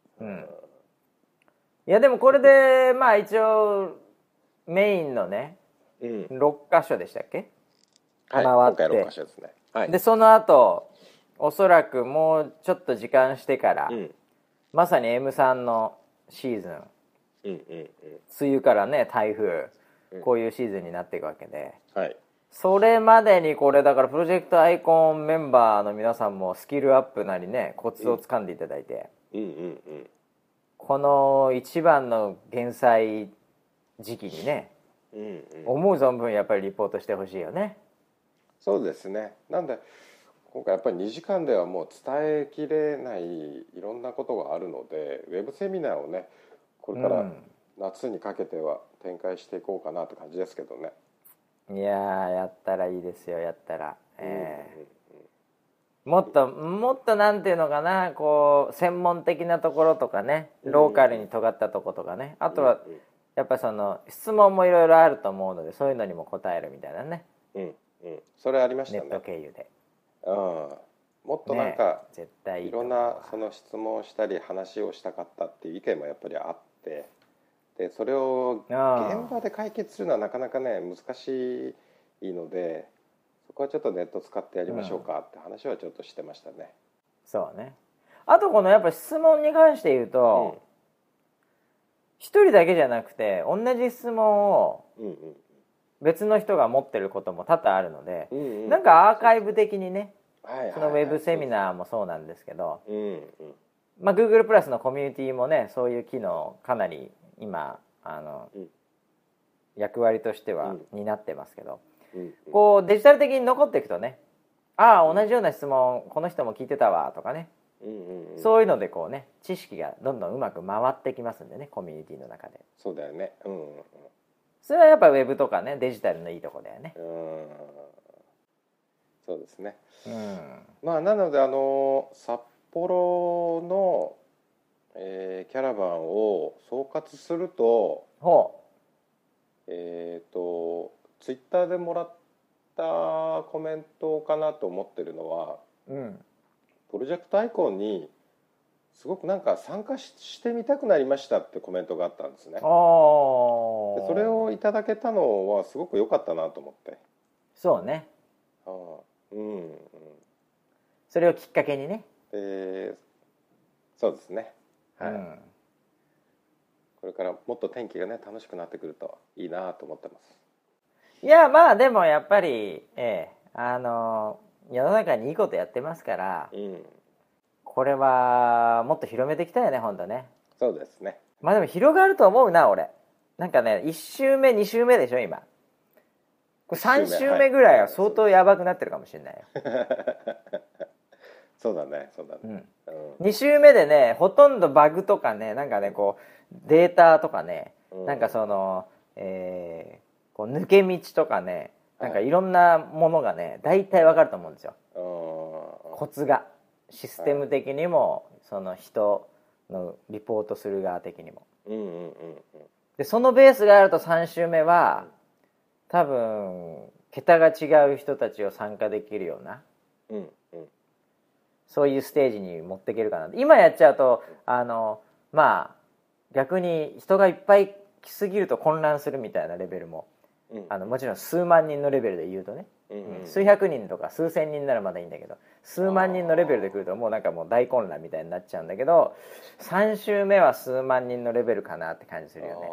いやでもこれでまあ一応メインのね、6箇所でしたっけ、 回って今回6箇所ですね、 でその後おそらくもうちょっと時間してから、まさに M3 のシーズン、梅雨からね台風、こういうシーズンになっていくわけで、それまでにこれだからプロジェクトアイコンメンバーの皆さんもスキルアップなりねコツをつかんでいただいて、この一番の減災時期にね、思う存分やっぱりリポートしてほしいよね。 そうですね。なんで今回やっぱり2時間ではもう伝えきれないいろんなことがあるので、ウェブセミナーをねこれから夏にかけては展開していこうかなって感じですけどね。 いややったらいいですよ、やったら、もっとなんていうのかな、こう専門的なところとかね、ローカルに尖ったところとかね、あとはやっぱその質問もいろいろあると思うので、そういうのにも答えるみたいなね、 それありましたね、 ネット経由で。 もっとなんか、 絶対いいいろんなその質問をしたり話をしたかったっていう意見もやっぱりあって、でそれを現場で解決するのはなかなかね難しいので、そこはちょっとネット使ってやりましょうかって話はちょっとしてましたね。 そうね。あとこのやっぱ質問に関して言うと、一人だけじゃなくて同じ質問を別の人が持ってることも多々あるので、なんかアーカイブ的にね、そのウェブセミナーもそうなんですけど、Google プラスのコミュニティもねそういう機能かなり今役割としては担ってますけど、こうデジタル的に残っていくとね、ああ同じような質問この人も聞いてたわとかね、そういうのでこうね知識がどんどんうまく回ってきますんでね、コミュニティの中で。 そうだよね。 それはやっぱウェブとかねデジタルのいいとこだよね。 そうですね。まあなので札幌の、キャラバンを総括すると、ツイッターでもらったコメントかなと思ってるのは、プロジェクトアイコンにすごくなんか参加してみたくなりましたってコメントがあったんですね。でそれをいただけたのはすごく良かったなと思って。 そうね。それをきっかけにね。 そうですね。これからもっと天気がね楽しくなってくるといいなと思ってます。 いやまあでもやっぱり、世の中にいいことやってますから、これはもっと広めていきたいよね本当ね。 そうですね。 まあでも広がると思うな俺。なんかね1週目2週目でしょ今。これ3週目ぐらいは相当やばくなってるかもしれないよ。 そうだねそうだね、 2週目でねほとんどバグとかねなんかねこうデータとかね、なんかその、こう抜け道とかねなんかいろんなものがね大体わかると思うんですよ、コツがシステム的にも、その人のリポートする側的にも、でそのベースがあると3週目は多分桁が違う人たちを参加できるような、そういうステージに持っていけるかな。今やっちゃうとまあ逆に人がいっぱい来すぎると混乱するみたいなレベルも、もちろん数万人のレベルで言うとね、数百人とか数千人ならまだいいんだけど、数万人のレベルで来るともうなんかもう大混乱みたいになっちゃうんだけど、3週目は数万人のレベルかなって感じするよね。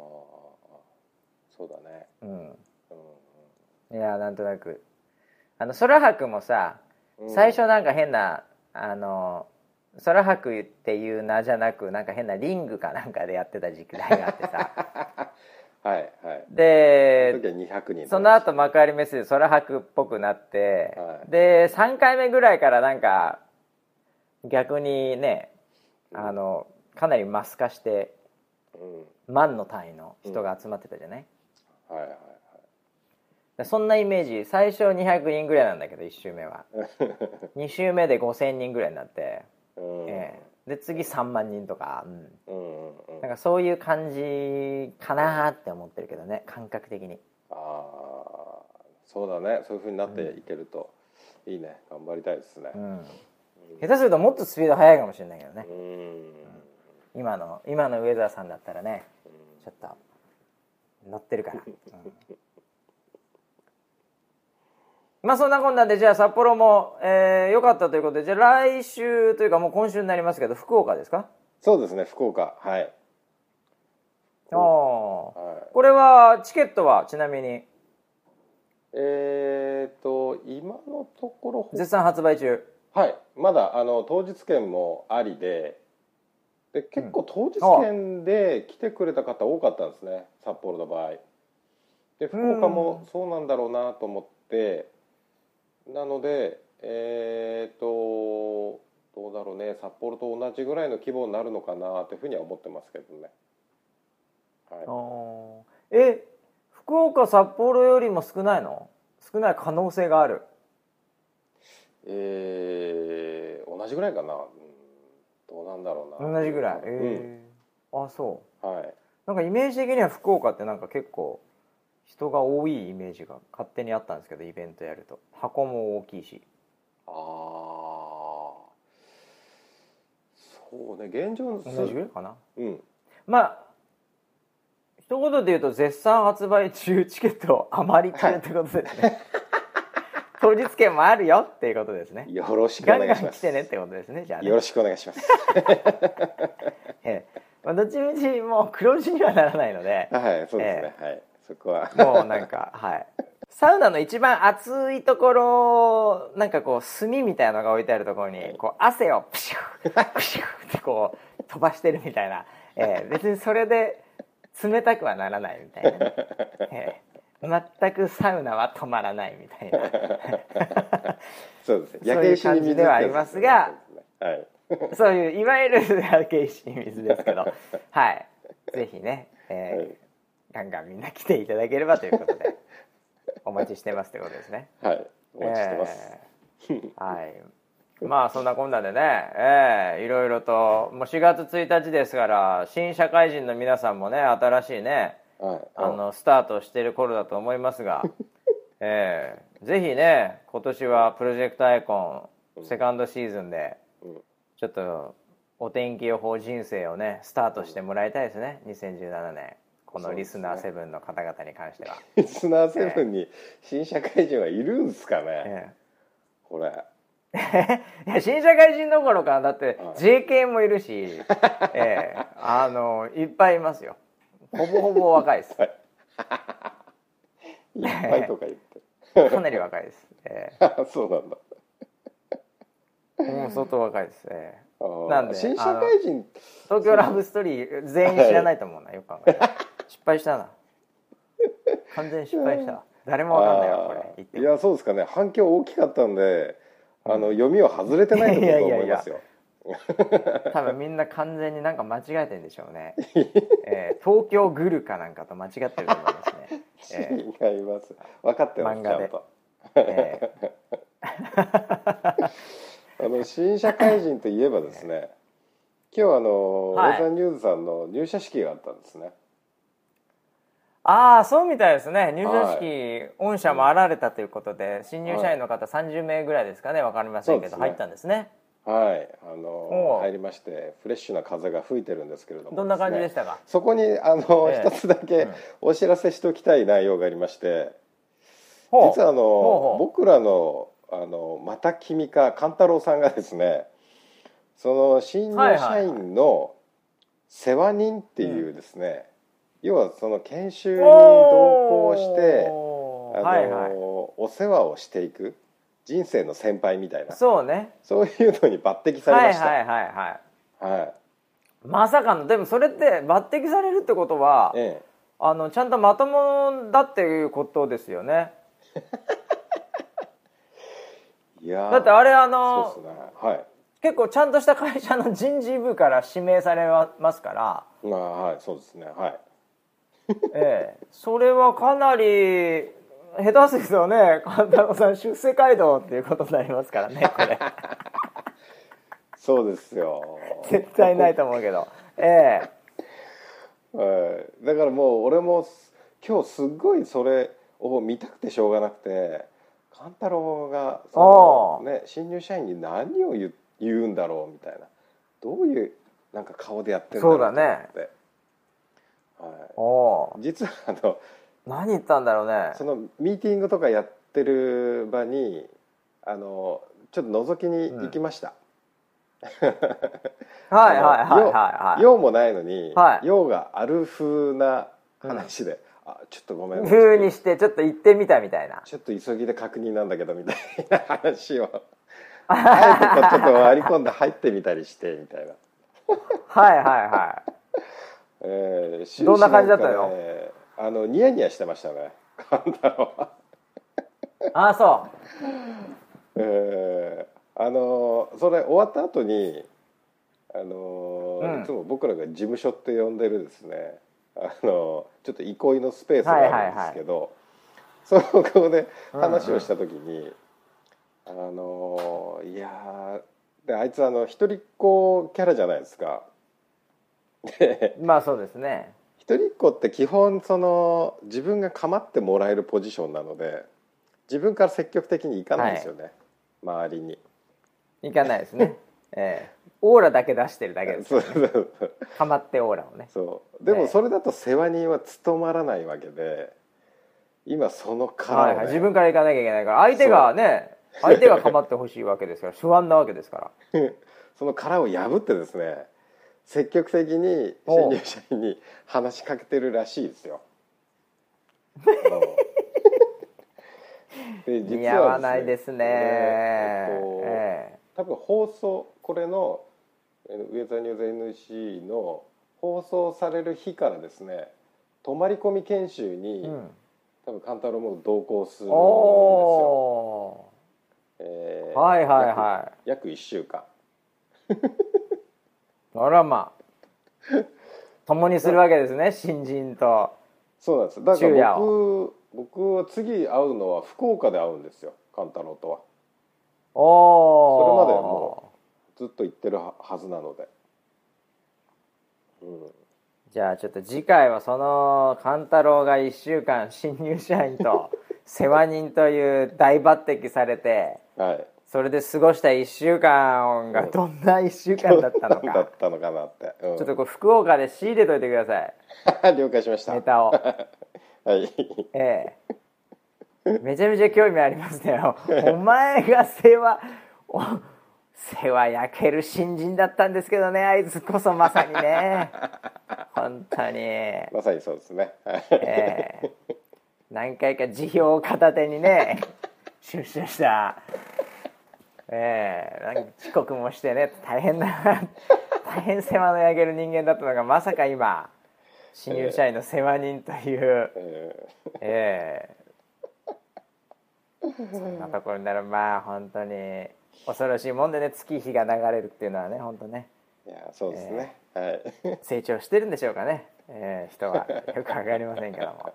そうだね。 いやなんとなく空白もさ、最初なんか変な空白っていう名じゃなくなんか変なリングかなんかでやってた時代があってさはいはい、 で 200人その後幕張メッセで空白っぽくなって、で3回目ぐらいからなんか逆にねかなりマス化して、万の単位の人が集まってたじゃない、そんなイメージ。最初200人ぐらいなんだけど1週目は2週目で5000人ぐらいになって、で次3万人とか、なんかそういう感じかなって思ってるけどね、感覚的に。 そうだね、そういう風になっていけるといいね。頑張りたいですね、 下手するともっとスピード速いかもしれないけどね、今のウェザーさんだったらね、ちょっと乗ってるから、まあそんなこんなんで、じゃあ札幌も良かったということで、じゃあ来週というかもう今週になりますけど福岡ですか？ そうですね、福岡。はい。 これはチケットはちなみに今のところ絶賛発売中。 はい、まだ当日券もありで結構当日券で来てくれた方多かったんですね、札幌の場合で。福岡もそうなんだろうなと思って、なのでどうだろうね、札幌と同じぐらいの規模になるのかなというふうには思ってますけどね。 福岡札幌よりも少ないの？少ない可能性がある。 同じぐらいかな、どうなんだろうな。 同じぐらい。あ、そう。 はい。 なんかイメージ的には福岡ってなんか結構人が多いイメージが勝手にあったんですけど、イベントやると箱も大きいし。 そうね、現状同じぐらいかな。まあ一言で言うと絶賛発売中、チケット余り中ってことですね、当日券もあるよっていうことですね。 よろしくお願いします。 ガンガン来てねってことですね。じゃあね、 よろしくお願いしますどっちみちもう黒字にはならないので、 はい、そうですね、はい、そこはもうなんかはいサウナの一番熱いところ、なんかこう炭みたいなのが置いてあるところにこう汗をプシュップシュッってこう飛ばしてるみたいな、別にそれで冷たくはならないみたいな、全くサウナは止まらないみたいなそうですね、 そういう感じではありますが、 はい、 そういういわゆる焼け石に水ですけど、はい、ぜひね、ガンガンみんな来ていただければということでお待ちしてますということですね。 はい、お待ちしてます、 はい、まあそんなこんなでね、いろいろともう4月1日ですから、新社会人の皆さんもね、新しいね、スタートしている頃だと思いますがぜひね、今年はプロジェクトアイコンセカンドシーズンでちょっとお天気予報人生をねスタートしてもらいたいですね、2017年。このリスナー7の方々に関しては、 リスナー7に新社会人はいるんですかね、これいや新社会人どころかだって JK もいるし、いっぱいいますよ。ほぼほぼ若いですいっぱいとか言ってかなり若いです、 そうなんだ。 もう相当若いです、なんで新社会人東京ラブストーリー全員知らないと思うな、よく考えたら失敗したな、完全に失敗した。誰もわかんないわこれ。 いやそうですかね、反響大きかったんで読みを外れてないと僕は思いますよ。 多分みんな完全になんか間違えてるんでしょうね。東京グルかなんかと間違ってると思いますね。 違います。分かってます、ちゃんと。新社会人といえばですね、今日ウェザーニューズさんの入社式があったんですね。 ああ、そうみたいですね。入社式、御社もあられたということで、新入社員の方30名ぐらいですかね、わかりませんけど、入ったんですね。 はい、入りましてフレッシュな風が吹いてるんですけれども、 どんな感じでしたか？ そこに一つだけお知らせしておきたい内容がありまして、実は僕らのまた君か勘太郎さんがですね、その新入社員の世話人っていうですね、要はその研修に同行してお世話をしていく人生の先輩みたいな、そういうのに抜擢されました。はい。 まさかの、でもそれって抜擢されるってことは、ちゃんとまともだっていうことですよね。 いやだってあれそうですね、はい、 結構ちゃんとした会社の人事部から指名されますから。 はい、そうですね、はい。 それはかなり下手するとね、勘太郎さん出世街道っていうことになりますからね、これ。 そうですよ。 絶対ないと思うけど。 だからもう俺も今日すっごいそれを見たくてしょうがなくて、勘太郎が新入社員に何を言うんだろうみたいな、どういうなんか顔でやってるんだろうと思って。実は何言ったんだろうね。 そのミーティングとかやってる場にちょっと覗きに行きました。用もないのに、用がある風な話で、ちょっとごめん、 風にしてちょっと行ってみたみたいな、 ちょっと急ぎで確認なんだけどみたいな話をあえてちょっと割り込んで入ってみたりしてみたいな。 どんな感じだったの？ ニヤニヤしてましたね、勘太郎は。 あ、そう。 それ終わった後にいつも僕らが事務所って呼んでるですね、ちょっと憩いのスペースがあるんですけど、そこで話をした時に、いやであいつ一人っ子キャラじゃないですか。 まあそうですね。 一人っ子って基本自分が構ってもらえるポジションなので、自分から積極的に行かないですよね、周りに。 行かないですね。オーラだけ出してるだけですよね。構ってオーラをね。 でもそれだと世話人は務まらないわけで、今その殻を自分から行かなきゃいけないから、相手が構ってほしいわけですから、不安なわけですから。 その殻を破ってですね、積極的に新入社員に話しかけてるらしいですよ。 似合わないですね。 多分放送、これのウェザーニューズ NC の放送される日からですね、泊まり込み研修に、多分勘太郎も同行するんですよ。約1週間。 あらまあ、共にするわけですね、新人と。 そうなんです。だから僕は次会うのは福岡で会うんですよ、勘太郎とは。それまでもうずっと行ってるはずなので。 じゃあちょっと次回はその勘太郎が1週間新入社員と世話人という大抜擢されて、それで過ごした1週間がどんな1週間だったのか、 だったのかなって、 ちょっとこう福岡で仕入れといてください。 了解しました。 ネタを。 はい。 めちゃめちゃ興味ありますね。お前が世話焼ける新人だったんですけどね、あいつこそまさにね。本当に。 まさにそうですね。 何回か辞表を片手にね、出社した。遅刻もしてね、大変世話の焼ける人間だったのが、まさか今新入社員の世話人という、 そんなところになる、まあ本当に恐ろしいもんでね、月日が流れるっていうのはね、本当ね。 いやそうですね、はい、 成長してるんでしょうかね、人はよくわかりませんけども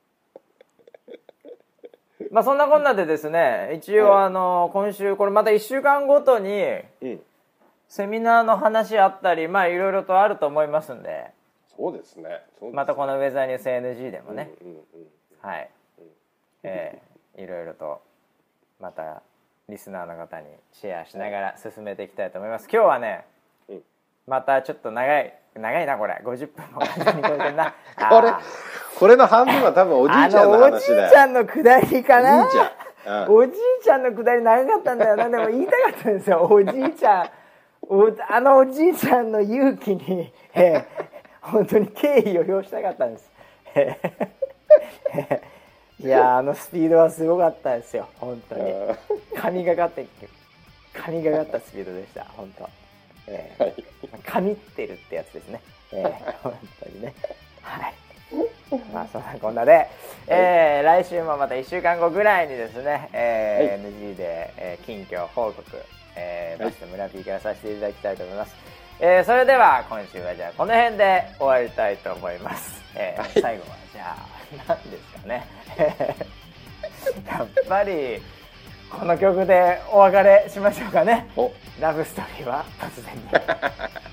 まあそんなこんなでですね、一応今週これまた1週間ごとにセミナーの話あったり、まあいろいろとあると思いますんで、 そうですね、 またこのウェザーニュース NG でもね、はい、いろいろとまたリスナーの方にシェアしながら進めていきたいと思います。今日はね、またちょっと長いな、これ50分も完全に超えてんなこれの半分は多分おじいちゃんの話だよ。 おじいちゃんのくだりかな。おじいちゃんのくだり長かったんだよな。でも言いたかったんですよ、おじいちゃん、おじいちゃんの勇気に、本当に敬意を表したかったんですいやスピードはすごかったですよ、本当に。神がかったスピードでした、本当。神ってるってやつですね、本当にね。はい、まあそんなこんなで、来週もまた1週間後ぐらいにですね、NG で、近況報告、バスと村 P からさせていただきたいと思います。それでは今週はじゃあこの辺で終わりたいと思います。最後はじゃあ何ですかねやっぱりこの曲でお別れしましょうかね。ラブストーリーは突然に